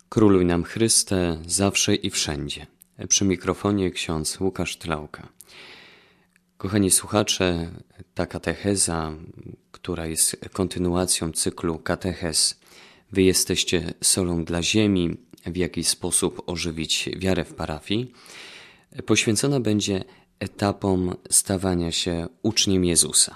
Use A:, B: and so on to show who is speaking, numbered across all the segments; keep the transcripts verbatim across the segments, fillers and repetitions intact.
A: Króluj nam Chryste, zawsze i wszędzie. Przy mikrofonie ksiądz Łukasz Tlałka. Kochani słuchacze, ta katecheza, która jest kontynuacją cyklu katechez Wy jesteście solą dla ziemi, w jaki sposób ożywić wiarę w parafii, poświęcona będzie etapom stawania się uczniem Jezusa.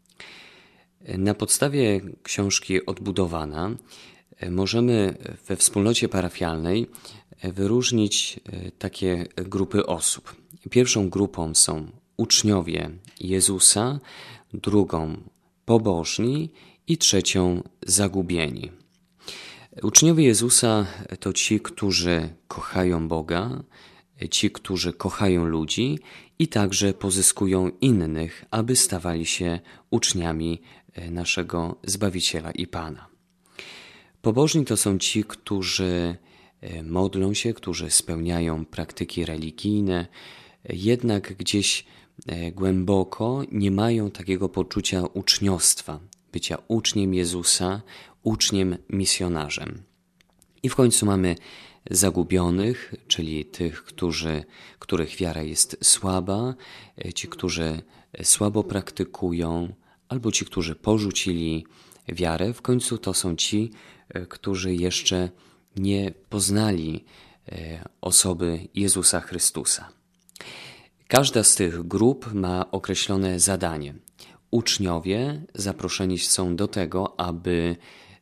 A: Na podstawie książki Odbudowana możemy we wspólnocie parafialnej wyróżnić takie grupy osób. Pierwszą grupą są uczniowie Jezusa, drugą pobożni i trzecią zagubieni. Uczniowie Jezusa to ci, którzy kochają Boga, ci, którzy kochają ludzi i także pozyskują innych, aby stawali się uczniami naszego Zbawiciela i Pana. Pobożni to są ci, którzy modlą się, którzy spełniają praktyki religijne, jednak gdzieś głęboko nie mają takiego poczucia uczniostwa, bycia uczniem Jezusa, uczniem misjonarzem. I w końcu mamy zagubionych, czyli tych, którzy, których wiara jest słaba, ci, którzy słabo praktykują, albo ci, którzy porzucili wiarę. W końcu to są ci, którzy jeszcze nie poznali osoby Jezusa Chrystusa. Każda z tych grup ma określone zadanie. Uczniowie zaproszeni są do tego, aby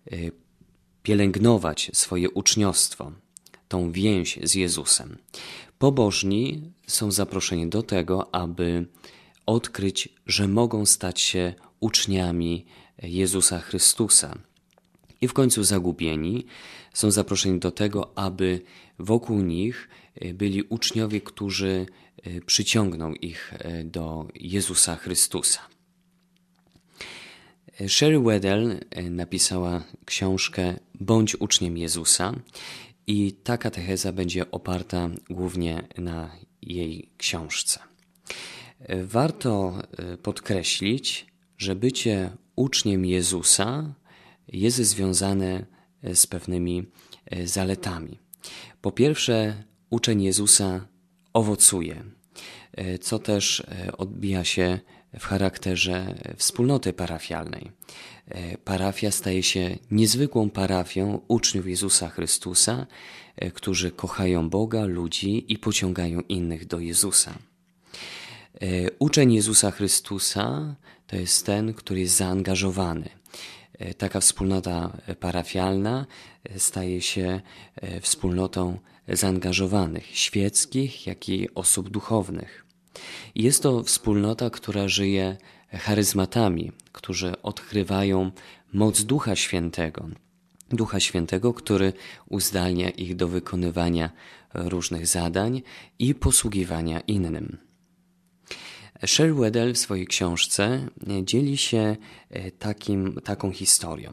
A: pielęgnować swoje uczniostwo, tą więź z Jezusem. Pobożni są zaproszeni do tego, aby odkryć, że mogą stać się uczniami Jezusa Chrystusa. I w końcu zagubieni są zaproszeni do tego, aby wokół nich byli uczniowie, którzy przyciągną ich do Jezusa Chrystusa. Sherry Weddell napisała książkę Bądź uczniem Jezusa i ta katecheza będzie oparta głównie na jej książce. Warto podkreślić, że bycie uczniem Jezusa jest związane z pewnymi zaletami. Po pierwsze, uczeń Jezusa owocuje, co też odbija się w charakterze wspólnoty parafialnej. Parafia staje się niezwykłą parafią uczniów Jezusa Chrystusa, którzy kochają Boga, ludzi i pociągają innych do Jezusa. Uczeń Jezusa Chrystusa to jest ten, który jest zaangażowany. Taka wspólnota parafialna staje się wspólnotą zaangażowanych, świeckich, jak i osób duchownych. Jest to wspólnota, która żyje charyzmatami, którzy odkrywają moc Ducha Świętego. Ducha Świętego, który uzdalnia ich do wykonywania różnych zadań i posługiwania innym. Sherry Weddell w swojej książce dzieli się takim, taką historią.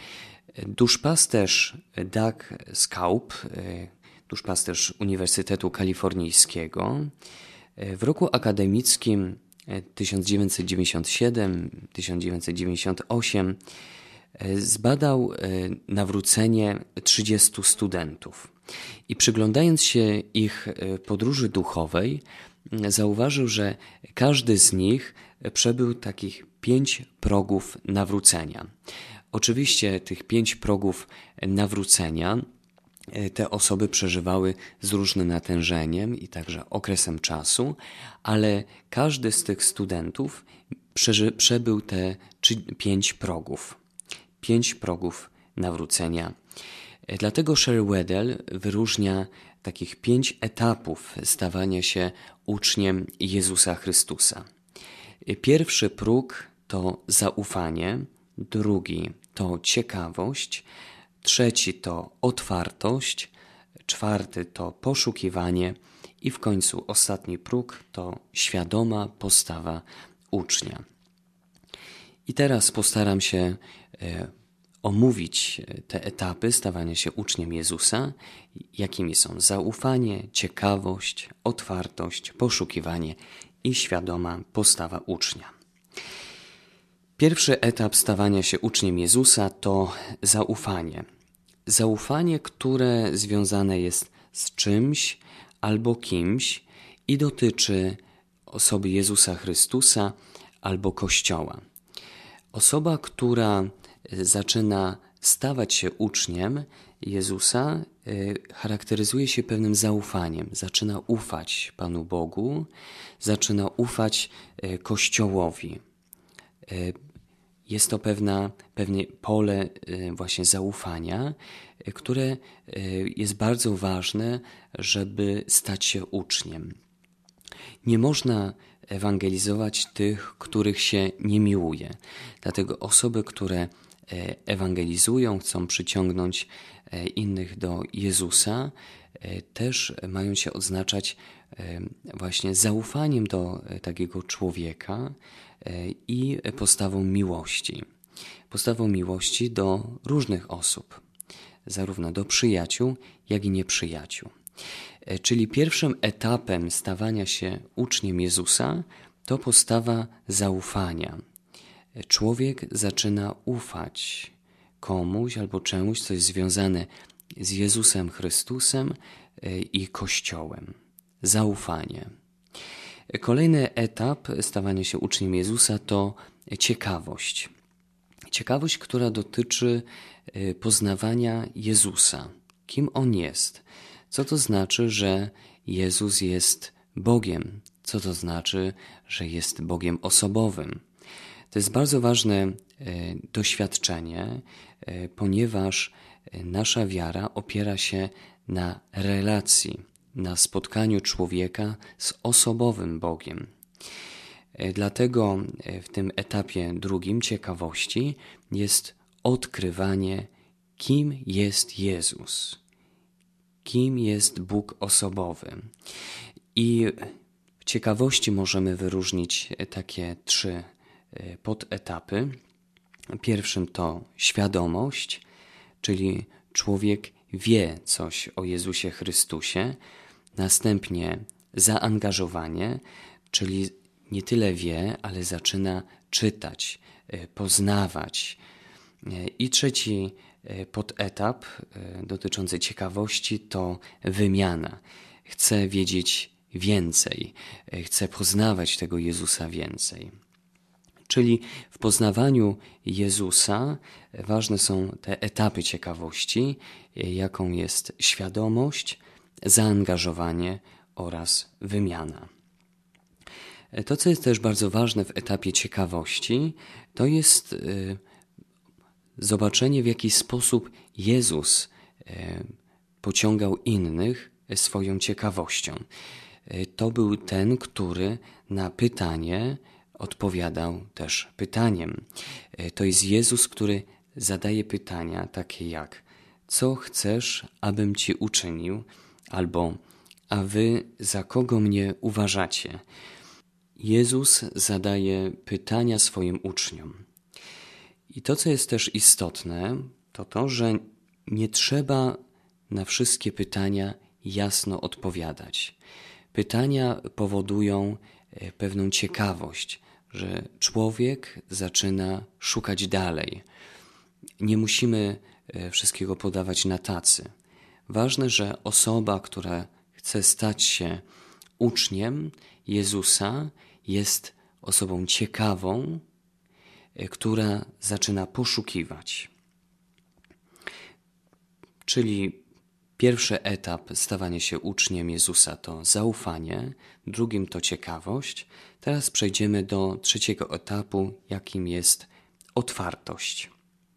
A: Duszpasterz Doug Skaup, duszpasterz Uniwersytetu Kalifornijskiego, w roku akademickim tysiąc dziewięćset dziewięćdziesiąt siedem do tysiąc dziewięćset dziewięćdziesiąt osiem zbadał nawrócenie trzydziestu studentów i przyglądając się ich podróży duchowej, zauważył, że każdy z nich przebył takich pięć progów nawrócenia. Oczywiście tych pięć progów nawrócenia te osoby przeżywały z różnym natężeniem i także okresem czasu, ale każdy z tych studentów przeży, przebył te pięć progów. Pięć progów nawrócenia. Dlatego Sherry Weddell wyróżnia takich pięć etapów stawania się uczniem Jezusa Chrystusa. Pierwszy próg to zaufanie, drugi to ciekawość, trzeci to otwartość, czwarty to poszukiwanie i w końcu ostatni próg to świadoma postawa ucznia. I teraz postaram się e, omówić te etapy stawania się uczniem Jezusa, jakimi są zaufanie, ciekawość, otwartość, poszukiwanie i świadoma postawa ucznia. Pierwszy etap stawania się uczniem Jezusa to zaufanie. zaufanie, które związane jest z czymś albo kimś i dotyczy osoby Jezusa Chrystusa albo Kościoła. Osoba, która zaczyna stawać się uczniem Jezusa, charakteryzuje się pewnym zaufaniem. Zaczyna ufać Panu Bogu, zaczyna ufać Kościołowi. Jest to pewna, pewne pole właśnie zaufania, które jest bardzo ważne, żeby stać się uczniem. Nie można ewangelizować tych, których się nie miłuje. Dlatego osoby, które ewangelizują, chcą przyciągnąć innych do Jezusa, też mają się odznaczać właśnie zaufaniem do takiego człowieka i postawą miłości. Postawą miłości do różnych osób, zarówno do przyjaciół, jak i nieprzyjaciół. Czyli pierwszym etapem stawania się uczniem Jezusa to postawa zaufania. Człowiek zaczyna ufać komuś albo czemuś, co jest związane z Jezusem Chrystusem i Kościołem. Zaufanie. Kolejny etap stawania się uczniem Jezusa to ciekawość. Ciekawość, która dotyczy poznawania Jezusa. Kim On jest? Co to znaczy, że Jezus jest Bogiem? Co to znaczy, że jest Bogiem osobowym? To jest bardzo ważne doświadczenie, ponieważ nasza wiara opiera się na relacji, na spotkaniu człowieka z osobowym Bogiem. Dlatego w tym etapie drugim ciekawości jest odkrywanie, kim jest Jezus, kim jest Bóg osobowy. I w ciekawości możemy wyróżnić takie trzy podetapy. Pierwszym to świadomość, czyli człowiek wie coś o Jezusie Chrystusie. Następnie zaangażowanie, czyli nie tyle wie, ale zaczyna czytać, poznawać. I trzeci podetap dotyczący ciekawości to wymiana. Chce wiedzieć więcej, chce poznawać tego Jezusa więcej. Czyli w poznawaniu Jezusa ważne są te etapy ciekawości, jaką jest świadomość, zaangażowanie oraz wymiana. To, co jest też bardzo ważne w etapie ciekawości, to jest zobaczenie, w jaki sposób Jezus pociągał innych swoją ciekawością. To był ten, który na pytanie odpowiadał też pytaniem. To jest Jezus, który zadaje pytania takie jak: co chcesz, abym ci uczynił? Albo: a wy za kogo mnie uważacie? Jezus zadaje pytania swoim uczniom. I to, co jest też istotne, to to, że nie trzeba na wszystkie pytania jasno odpowiadać. Pytania powodują pewną ciekawość, że człowiek zaczyna szukać dalej. Nie musimy wszystkiego podawać na tacy. Ważne, że osoba, która chce stać się uczniem Jezusa, jest osobą ciekawą, która zaczyna poszukiwać. Czyli pierwszy etap stawania się uczniem Jezusa to zaufanie, drugim to ciekawość. Teraz przejdziemy do trzeciego etapu, jakim jest otwartość.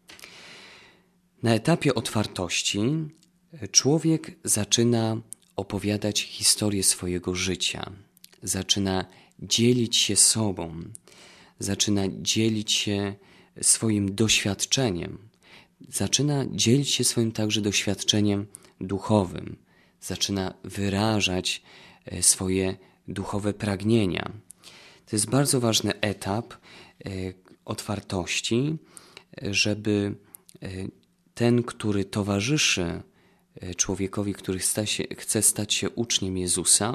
A: Na etapie otwartości człowiek zaczyna opowiadać historię swojego życia, zaczyna dzielić się sobą, zaczyna dzielić się swoim doświadczeniem, zaczyna dzielić się swoim także doświadczeniem duchowym, zaczyna wyrażać swoje duchowe pragnienia. To jest bardzo ważny etap otwartości, żeby ten, który towarzyszy człowiekowi, który chce stać się uczniem Jezusa,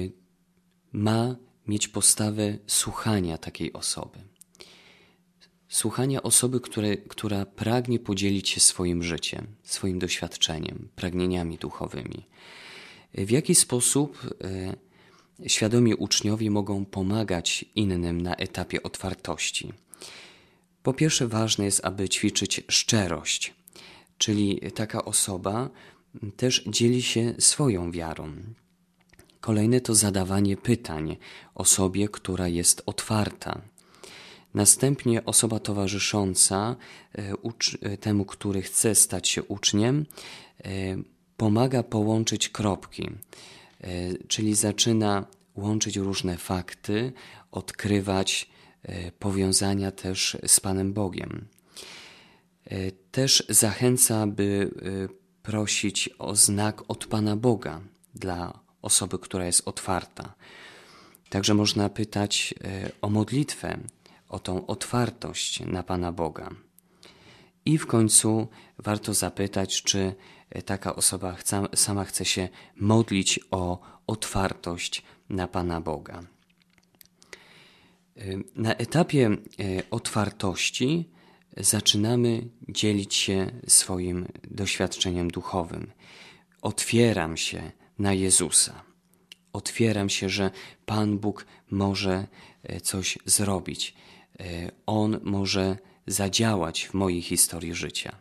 A: ma mieć postawę słuchania takiej osoby. słuchania osoby, które, która pragnie podzielić się swoim życiem, swoim doświadczeniem, pragnieniami duchowymi. W jaki sposób e, świadomi uczniowie mogą pomagać innym na etapie otwartości? Po pierwsze, ważne jest, aby ćwiczyć szczerość, czyli taka osoba też dzieli się swoją wiarą. Kolejne to zadawanie pytań osobie, która jest otwarta. Następnie osoba towarzysząca temu, który chce stać się uczniem, pomaga połączyć kropki, czyli zaczyna łączyć różne fakty, odkrywać powiązania też z Panem Bogiem. Też zachęca, by prosić o znak od Pana Boga dla osoby, która jest otwarta. Także można pytać o modlitwę, o tą otwartość na Pana Boga. I w końcu warto zapytać, czy taka osoba chce, sama chce się modlić o otwartość na Pana Boga. Na etapie otwartości zaczynamy dzielić się swoim doświadczeniem duchowym. Otwieram się na Jezusa. Otwieram się, że Pan Bóg może coś zrobić. On może zadziałać w mojej historii życia.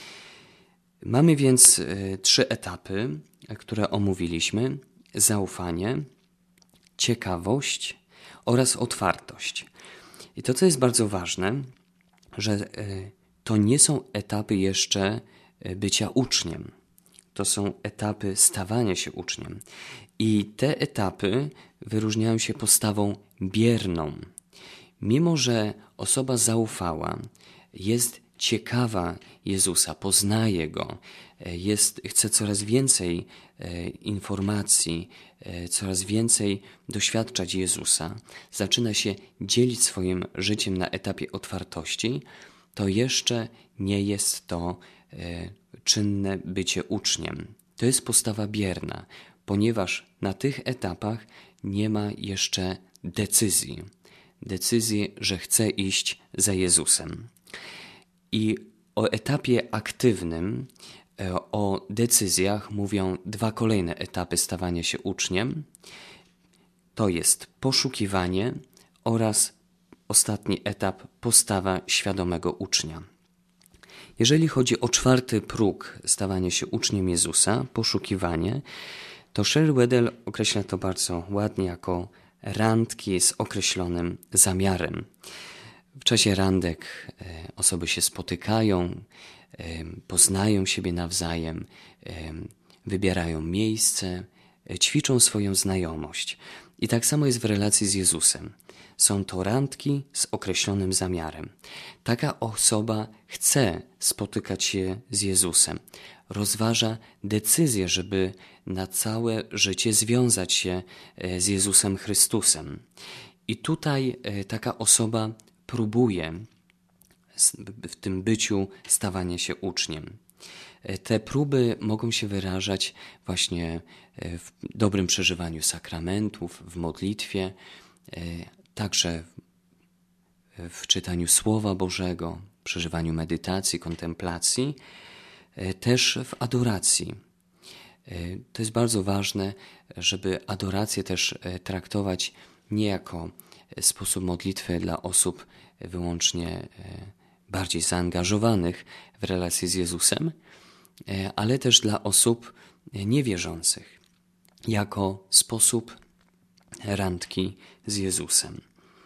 A: Mamy więc trzy etapy, które omówiliśmy. Zaufanie, ciekawość oraz otwartość. I to, co jest bardzo ważne, że to nie są etapy jeszcze bycia uczniem. To są etapy stawania się uczniem. I te etapy wyróżniają się postawą bierną. Mimo że osoba zaufała, jest ciekawa Jezusa, poznaje Go, jest, chce coraz więcej e, informacji, e, coraz więcej doświadczać Jezusa, zaczyna się dzielić swoim życiem na etapie otwartości, to jeszcze nie jest to e, czynne bycie uczniem. To jest postawa bierna, ponieważ na tych etapach nie ma jeszcze decyzji. Decyzji, że chce iść za Jezusem. I o etapie aktywnym, o decyzjach mówią dwa kolejne etapy stawania się uczniem. To jest poszukiwanie oraz ostatni etap postawa świadomego ucznia. Jeżeli chodzi o czwarty próg stawania się uczniem Jezusa, poszukiwanie, to Sherry Weddell określa to bardzo ładnie jako randki z określonym zamiarem. W czasie randek osoby się spotykają, poznają siebie nawzajem, wybierają miejsce, ćwiczą swoją znajomość. I tak samo jest w relacji z Jezusem. Są to randki z określonym zamiarem. Taka osoba chce spotykać się z Jezusem. Rozważa decyzję, żeby na całe życie związać się z Jezusem Chrystusem. I tutaj taka osoba próbuje w tym byciu stawania się uczniem. Te próby mogą się wyrażać właśnie w dobrym przeżywaniu sakramentów, w modlitwie, także w czytaniu Słowa Bożego, przeżywaniu medytacji, kontemplacji, też w adoracji. To jest bardzo ważne, żeby adorację też traktować nie jako sposób modlitwy dla osób wyłącznie bardziej zaangażowanych w relacje z Jezusem, ale też dla osób niewierzących, jako sposób randki z Jezusem.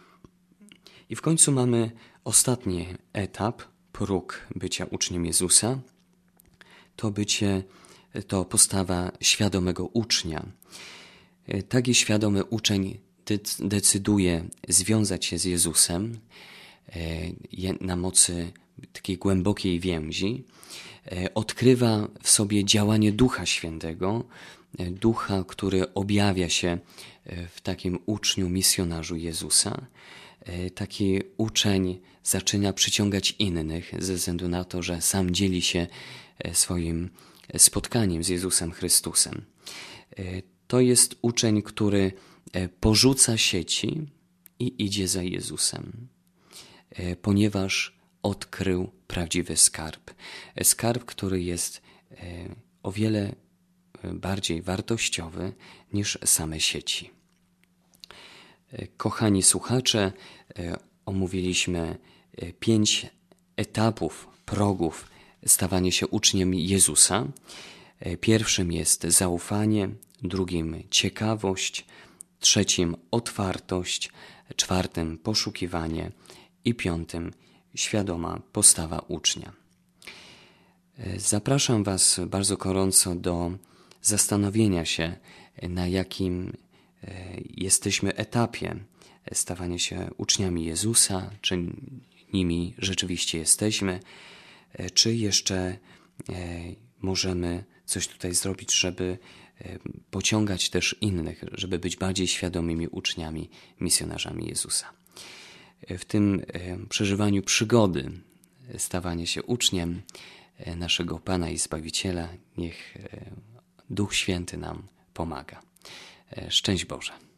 A: I w końcu mamy ostatni etap, próg bycia uczniem Jezusa. To bycie, to postawa świadomego ucznia. Taki świadomy uczeń decyduje związać się z Jezusem na mocy takiej głębokiej więzi, odkrywa w sobie działanie Ducha Świętego, Ducha, który objawia się w takim uczniu, misjonarzu Jezusa. Taki uczeń zaczyna przyciągać innych ze względu na to, że sam dzieli się swoim spotkaniem z Jezusem Chrystusem. To jest uczeń, który porzuca sieci i idzie za Jezusem, ponieważ odkrył prawdziwy skarb. Skarb, który jest o wiele bardziej wartościowy niż same sieci. Kochani słuchacze, omówiliśmy pięć etapów, progów stawania się uczniem Jezusa. Pierwszym jest zaufanie, drugim ciekawość, trzecim otwartość, czwartym poszukiwanie i piątym świadoma postawa ucznia. Zapraszam Was bardzo gorąco do zastanowienia się, na jakim jesteśmy etapie stawania się uczniami Jezusa, czy nimi rzeczywiście jesteśmy, czy jeszcze możemy coś tutaj zrobić, żeby pociągać też innych, żeby być bardziej świadomymi uczniami, misjonarzami Jezusa. W tym przeżywaniu przygody stawania się uczniem naszego Pana i Zbawiciela niech Duch Święty nam pomaga. Szczęść Boże.